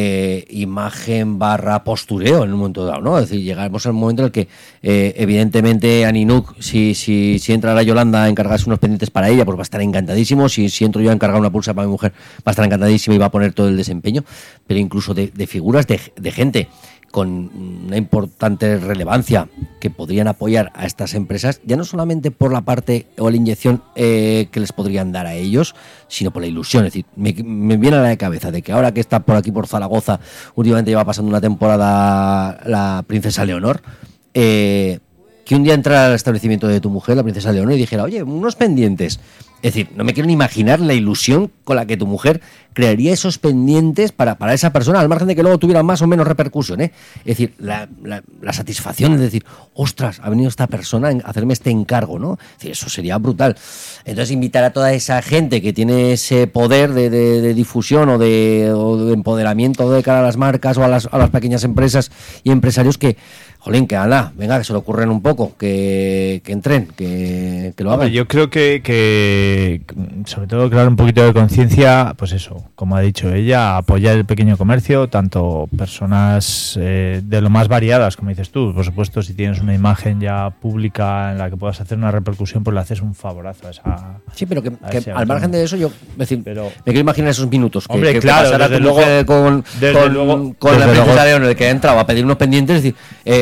imagen / postureo en un momento dado, ¿no? Es decir, llegamos al momento en el que evidentemente a Ninuk, si entra la Yolanda a encargarse unos pendientes para ella, pues va a estar encantadísimo. Si entro yo a encargar una pulsa para mi mujer, va a estar encantadísima y va a poner todo el desempeño. Pero incluso de figuras de gente con una importante relevancia que podrían apoyar a estas empresas, ya no solamente por la parte o la inyección que les podrían dar a ellos, sino por la ilusión. Es decir, me viene a la cabeza de que ahora que está por aquí por Zaragoza, últimamente lleva pasando una temporada la princesa Leonor, que un día entrara al establecimiento de tu mujer, la princesa Leonor, y dijera, oye, unos pendientes. Es decir, no me quiero ni imaginar la ilusión con la que tu mujer crearía esos pendientes para esa persona, al margen de que luego tuviera más o menos repercusión, ¿eh? Es decir, la satisfacción de decir, ostras, ha venido esta persona a hacerme este encargo, ¿no? Es decir, eso sería brutal. Entonces, invitar a toda esa gente que tiene ese poder de difusión o de empoderamiento de cara a las marcas o a las pequeñas empresas y empresarios que, jolín, que venga, que se lo ocurren un poco, que entren, que lo hagan. Yo creo que sobre todo crear un poquito de conciencia, pues eso, como ha dicho ella, apoyar el pequeño comercio, tanto personas de lo más variadas, como dices tú. Por supuesto, si tienes una imagen ya pública en la que puedas hacer una repercusión, pues le haces un favorazo a esa... Sí, pero que al margen de eso, yo me quiero imaginar esos minutos. Hombre, claro, desde luego, con la princesa Leonor, que ha entrado a pedir unos pendientes, es decir,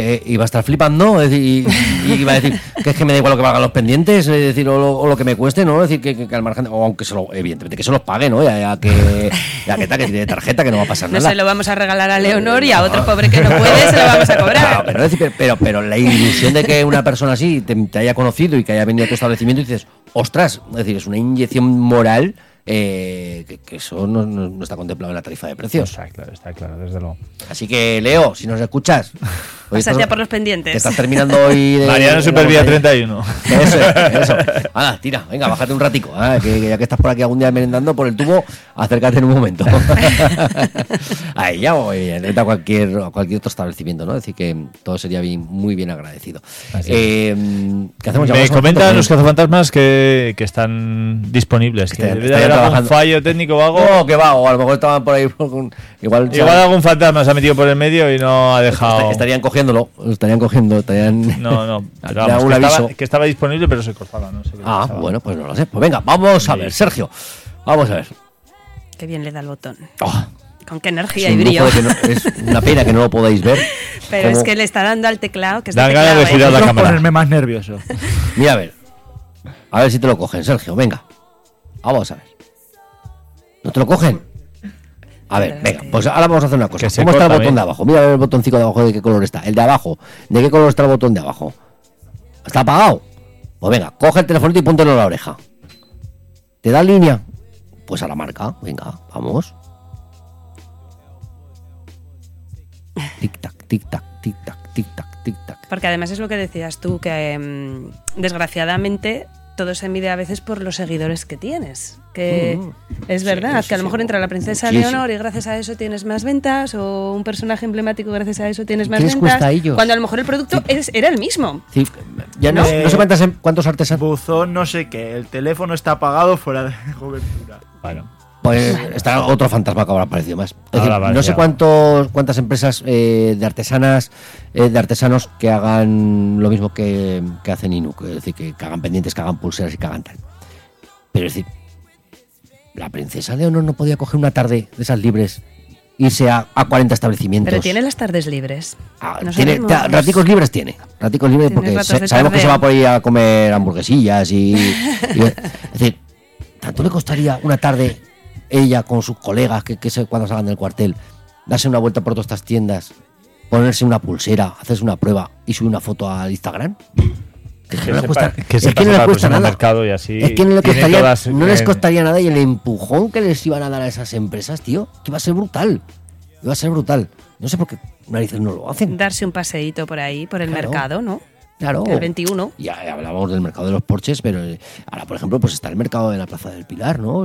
iba a estar flipando, es decir, y iba a decir que es que me da igual lo que valgan los pendientes, es decir, o lo que me cueste, ¿no? Es decir, que al margen, o aunque evidentemente que se los pague, ¿no? Ya que tiene tarjeta, que no va a pasar nada. No se lo vamos a regalar a Leonor y a otro pobre que no puede se lo vamos a cobrar. Claro, pero la ilusión de que una persona así te haya conocido y que haya venido a tu establecimiento y dices, ostras, es decir, es una inyección moral. Que eso no está contemplado en la tarifa de precios. Está claro, desde luego. Así que, Leo, si nos escuchas, pasas ya por los pendientes. Que estás terminando hoy de Mariano Supervía 31. Eso. Hala, tira, venga, bájate un ratico. Que ya que estás por aquí algún día merendando por el tubo, acércate en un momento. Ahí ya voy a cualquier otro establecimiento, ¿no? Es decir, que todo sería muy bien agradecido. ¿Qué hacemos? Me comentan los cazafantasmas que están disponibles. Que debe haber algún fallo técnico o algo. No, que va, o a lo mejor estaban por ahí. Igual algún fantasma se ha metido por el medio y no ha dejado. Estarían cogiendo. No. Pero vamos, que estaba disponible, pero se cortaba. No sé bueno, pues no lo sé. Pues venga, vamos a ver, Sergio. Vamos a ver. Qué bien le da el botón. Oh. Con qué energía y brillo. Es una pena que no lo podáis ver. Pero es que le está dando al teclado. Que dan ganas de girar la cámara. Ponerme más nervioso. Mira, a ver si te lo cogen, Sergio. Venga. Vamos a ver. ¿No te lo cogen? A ver, venga, pues ahora vamos a hacer una cosa. ¿Cómo está el botón de abajo? Mira el botoncito de abajo, ¿de qué color está? El de abajo, ¿de qué color está el botón de abajo? ¿Está apagado? Pues venga, coge el telefonito y póntelo en la oreja. ¿Te da línea? Pues a la marca, venga, vamos. Tic-tac, tic-tac, tic-tac, tic-tac, tic-tac. Porque además es lo que decías tú, que desgraciadamente todo se mide a veces por los seguidores que tienes. Que es verdad, que a lo mejor entra la princesa Leonor y gracias a eso tienes más ventas, o un personaje emblemático gracias a eso tienes más ventas. Cuesta a ellos? Cuando a lo mejor el producto era el mismo. Sí, ya no sé cuántos artesanos. Buzón, no sé qué, el teléfono está apagado fuera de cobertura. Bueno. Pues está otro fantasma que habrá aparecido más. Es decir, no sé cuántas empresas de artesanos que hagan lo mismo que hacen Inuk, es decir, que hagan pendientes, que hagan pulseras y que hagan tal. Pero es decir, la princesa Leonor no podía coger una tarde de esas libres, irse a 40 establecimientos. Pero tiene las tardes libres. Raticos libres tiene. Raticos libres porque sabemos que se va por ahí a comer hamburguesillas es decir, ¿tanto le costaría una tarde ella con sus colegas que sé cuando salgan del cuartel, darse una vuelta por todas estas tiendas, ponerse una pulsera, hacerse una prueba y subir una foto al Instagram? Que no le cuesta, es que no le cuesta nada. Y así es que no les costaría nada, y el empujón que les iban a dar a esas empresas, tío, que iba a ser brutal. No sé por qué narices no lo hacen. Darse un paseíto por ahí, por el mercado, ¿no? Claro. El 21. Ya hablábamos del mercado de los Porches, pero ahora, por ejemplo, pues está el mercado de la Plaza del Pilar, ¿no?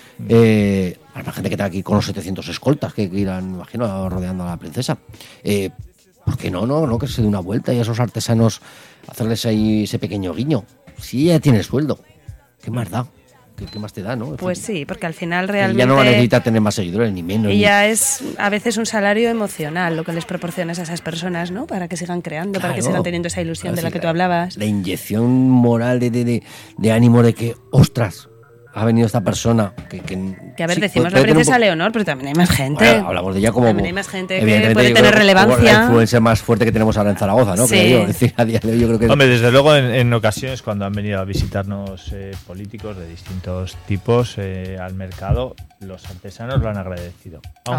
Habrá gente que está aquí con los 700 escoltas que irán, me imagino, rodeando a la princesa. ¿Por qué no? Que se dé una vuelta y a esos artesanos hacerles ahí ese pequeño guiño. Si ella tiene sueldo, ¿qué más da? ¿Qué más te da, no? Pues sí, porque al final realmente ella no necesita tener más seguidores, ni menos. Ella es a veces un salario emocional lo que les proporcionas a esas personas, ¿no? Para que sigan creando, para que sigan teniendo esa ilusión de la que tú hablabas. La inyección moral de ánimo de que, ostras, ha venido esta persona que a ver, decimos la princesa Leonor, pero también hay más gente. Bueno, hablamos de ella como también hay más gente que puede tener relevancia. Como la influencer más fuerte que tenemos ahora en Zaragoza, ¿no? Sí. Creo yo. Es decir, a día de hoy yo creo que... Hombre, desde luego en ocasiones cuando han venido a visitarnos políticos de distintos tipos al mercado, los artesanos lo han agradecido.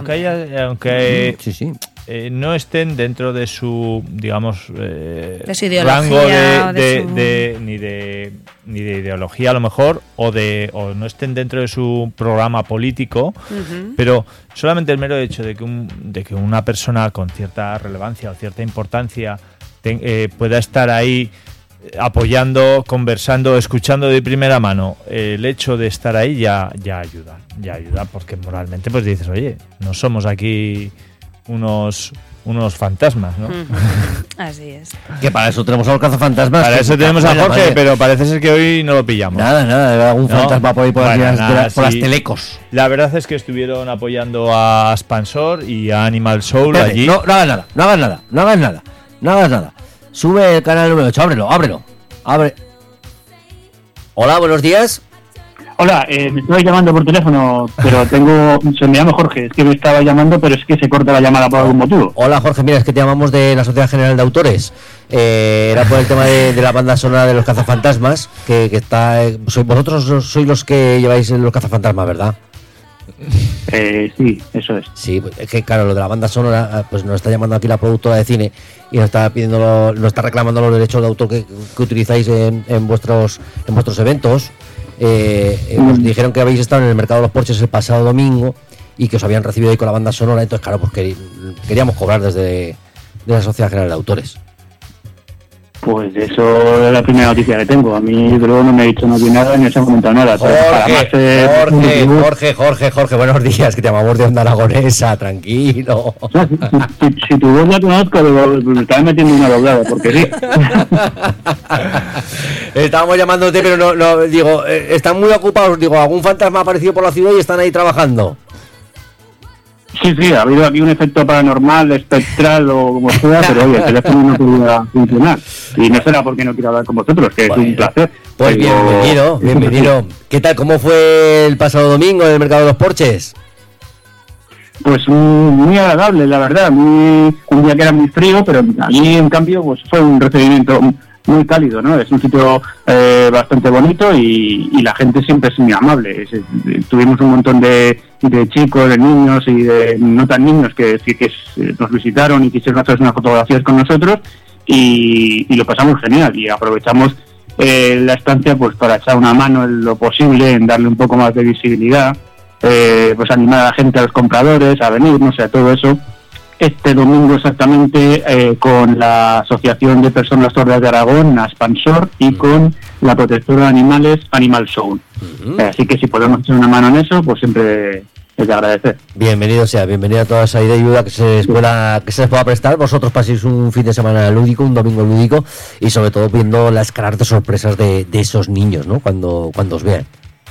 Aunque sí. No estén dentro de su, digamos, de su ideología, rango ni de ideología a lo mejor, o no estén dentro de su programa político, pero solamente el mero hecho de que una persona con cierta relevancia o cierta importancia pueda estar ahí apoyando, conversando, escuchando de primera mano, el hecho de estar ahí ya ayuda, porque moralmente pues dices, oye, no somos aquí unos fantasmas, ¿no? Así es. Que para eso tenemos a los cazafantasmas. Para eso tenemos a Jorge, pero parece ser que hoy no lo pillamos. Nada, algún fantasma por ahí por las telecos. La verdad es que estuvieron apoyando a Spansor y a Animal Soul. Espérate, allí. No hagas nada. Sube el canal número 8, ábrelo. Abre. Hola, buenos días. Hola, me estoy llamando por teléfono, pero me llamo Jorge, es que me estaba llamando, pero es que se corta la llamada por algún motivo. Hola Jorge, mira, es que te llamamos de la Sociedad General de Autores. Era por el tema de la banda sonora de Los Cazafantasmas, que está... vosotros sois los que lleváis Los Cazafantasmas, ¿verdad? Sí, eso es. Sí, es que claro, lo de la banda sonora, pues nos está llamando aquí la productora de cine y nos está pidiendo, nos está reclamando los derechos de autor que utilizáis en vuestros eventos. Nos dijeron que habéis estado en el mercado de los Porches el pasado domingo y que os habían recibido ahí con la banda sonora, entonces claro, pues queríamos cobrar de la Sociedad General de Autores. Pues eso es la primera noticia que tengo. A mí luego no me ha dicho nada ni se ha comentado nada. Jorge, buenos días, que te llamamos de Onda Aragonesa, tranquilo. Si tu voz la conozco, me estaba metiendo una doblada, porque sí. Estábamos llamándote, pero no digo, están muy ocupados, digo, algún fantasma ha aparecido por la ciudad y están ahí trabajando. Sí, ha habido aquí un efecto paranormal, espectral o como sea, pero oye, el teléfono no podía funcionar. Y no será porque no quiero hablar con vosotros, que bueno, es un placer. Pues bienvenido. ¿Qué tal? ¿Cómo fue el pasado domingo en el mercado de los Porches? Pues muy agradable, la verdad. Un día que era muy frío, pero allí en cambio pues fue un recibimiento muy cálido, ¿no? Es un sitio bastante bonito y la gente siempre es muy amable. Tuvimos un montón de chicos, de niños y de no tan niños que nos visitaron y quisieron hacer unas fotografías con nosotros y lo pasamos genial y aprovechamos la estancia pues para echar una mano en lo posible, en darle un poco más de visibilidad, pues animar a la gente, a los compradores a venir, no sé, todo eso. Este domingo exactamente con la Asociación de Personas Sordas de Aragón, Aspansor, y con la protectora de animales, Animal Soul. Así que si podemos echar una mano en eso, pues siempre es de agradecer. Bienvenido a toda esa idea y ayuda que se les pueda prestar. Vosotros paséis un fin de semana lúdico, un domingo lúdico, y sobre todo viendo las caras de sorpresas de esos niños, ¿no? Cuando os vean.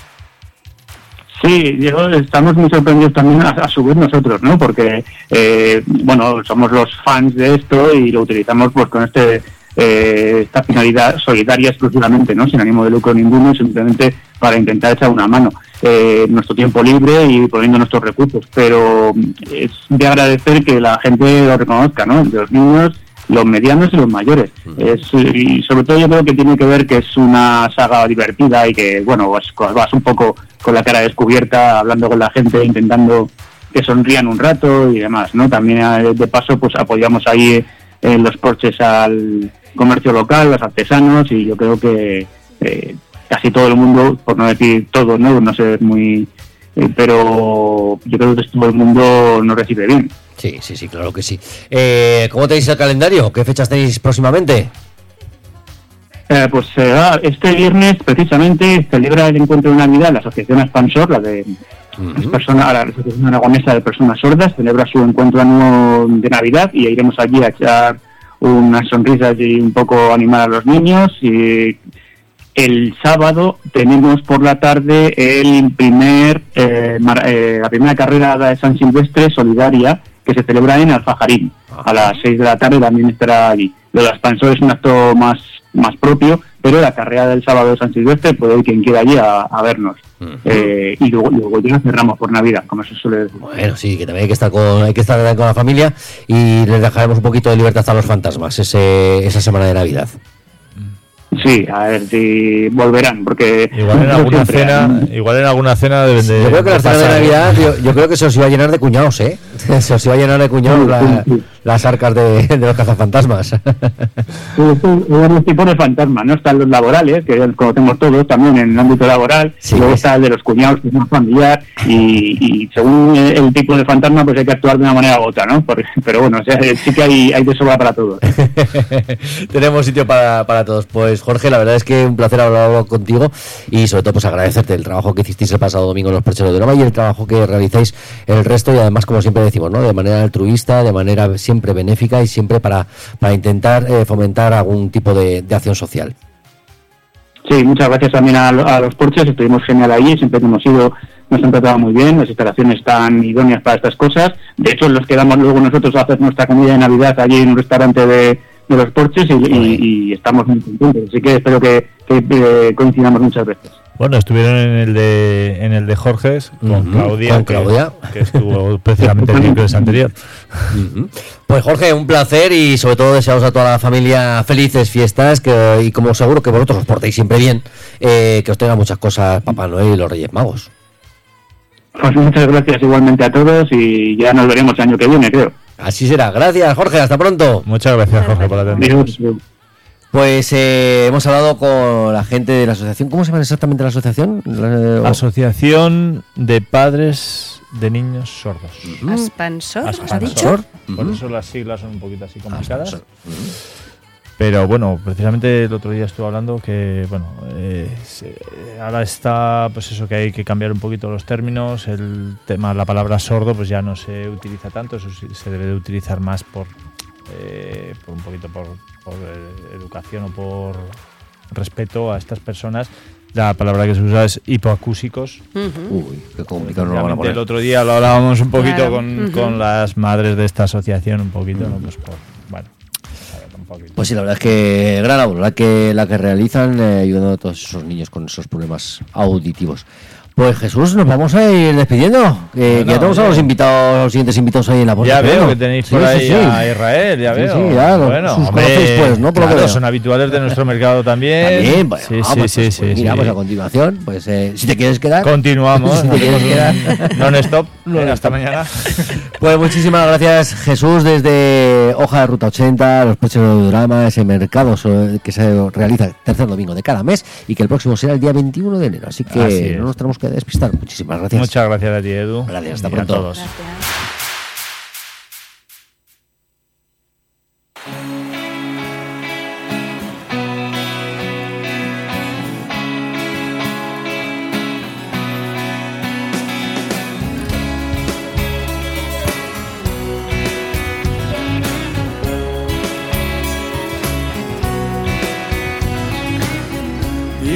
Sí, Diego, estamos muy sorprendidos también a su vez nosotros, ¿no? Porque, somos los fans de esto y lo utilizamos pues con esta finalidad solidaria exclusivamente, ¿no? Sin ánimo de lucro ninguno, simplemente para intentar echar una mano. Nuestro tiempo libre y poniendo nuestros recursos. Pero es de agradecer que la gente lo reconozca, ¿no? Los niños, los medianos y los mayores. Y sobre todo yo creo que tiene que ver que es una saga divertida y que, bueno, vas un poco con la cara descubierta, hablando con la gente, intentando que sonrían un rato y demás, ¿no? También de paso pues apoyamos ahí en los porches al comercio local, los artesanos, y yo creo que casi todo el mundo, por no decir todo, no sé muy... pero yo creo que todo el mundo nos recibe bien. Sí, claro que sí. ¿Cómo tenéis el calendario? ¿Qué fechas tenéis próximamente? Pues este viernes precisamente celebra el encuentro de Navidad la Asociación Aspansor, la Asociación Aragonesa de Personas Sordas, celebra su encuentro anual de Navidad y iremos allí a echar unas sonrisas y un poco animar a los niños. Y el sábado tenemos por la tarde la primera carrera de San Silvestre solidaria que se celebra en Alfajarín. A las 6 de la tarde también estará allí. Lo de Aspansor es un acto más propio, pero la carrera del sábado de San Silvestre puede ir quien quiera allí a vernos. Y luego ya cerramos por Navidad, como se suele decir. Bueno, sí, que también hay que estar con la familia y les dejaremos un poquito de libertad a los fantasmas esa semana de Navidad. Sí, a ver si volverán, porque igual en alguna cena deben de... Yo creo que la cena de Navidad, yo creo que se os iba a llenar de cuñados, ¿eh? Se os iba a llenar de cuñados las arcas de los cazafantasmas. Sí, los tipos de fantasmas, ¿no? Están los laborales, que los conocemos todos también en el ámbito laboral, sí, luego está el de los cuñados, que es más familiar, y según el tipo de fantasma, pues hay que actuar de una manera u otra, ¿no? Pero bueno, o sea, sí que hay de sobra para todos. Tenemos sitio para todos. Pues Jorge, la verdad es que un placer hablar contigo y sobre todo pues agradecerte el trabajo que hicisteis el pasado domingo en los Porcheros de Nova y el trabajo que realizáis el resto, y además, como siempre decimos, ¿no? De manera altruista, de manera siempre benéfica y siempre para intentar fomentar algún tipo de acción social. Sí, muchas gracias también a los Porches, estuvimos genial ahí, siempre que hemos ido nos han tratado muy bien, las instalaciones están idóneas para estas cosas. De hecho, los quedamos luego nosotros a hacer nuestra comida de Navidad allí en un restaurante de los Porches y estamos muy contentos, así que espero que coincidamos muchas veces. Bueno, estuvieron en el de Jorges con Claudia, que estuvo precisamente el miércoles anterior. Pues Jorge, un placer y sobre todo desearos a toda la familia felices fiestas y como seguro que vosotros os portéis siempre bien, que os tengan muchas cosas Papá Noel y los Reyes Magos. Pues muchas gracias igualmente a todos y ya nos veremos el año que viene, creo. Así será. Gracias, Jorge. Hasta pronto. Muchas gracias, Jorge, por atendernos. Pues hemos hablado con la gente de la asociación. ¿Cómo se llama exactamente la asociación? Asociación de Padres de Niños Sordos. ¿Aspansor? ¿Ha dicho? Por eso las siglas son un poquito así complicadas. Pero bueno, precisamente el otro día estuve hablando que, bueno, ahora está, pues eso, que hay que cambiar un poquito los términos. El tema, la palabra sordo, pues ya no se utiliza tanto. Eso se debe de utilizar más por un poquito por educación o por respeto a estas personas. La palabra que se usa es hipoacúsicos. Uy, qué complicado no lo van a poner. El otro día lo hablábamos un poquito con las madres de esta asociación, un poquito, ¿no? Pues bueno. Pues sí, la verdad es que gran labor la que realizan ayudando a todos esos niños con esos problemas auditivos. Pues Jesús, nos vamos a ir despidiendo. Ya tenemos a los siguientes invitados ahí en la puerta. Ya veo que tenéis por ahí a Israel, ya veo. Sí, ya, bueno, os conocéis pues, ¿no? Por claro, lo que son habituales de nuestro mercado también. Bueno, pues mira, pues a continuación, pues si te quieres quedar. Continuamos. Si te quieres quedar. Non-stop. Hasta mañana. Pues muchísimas gracias, Jesús, desde Hoja de Ruta 80, los Porches de Audiorama, ese mercado que se realiza el tercer domingo de cada mes y que el próximo será el día 21 de enero. Así que no nos tenemos que despistar. Muchísimas gracias. Muchas gracias a ti, Edu. Gracias, hasta y pronto. A todos. Gracias.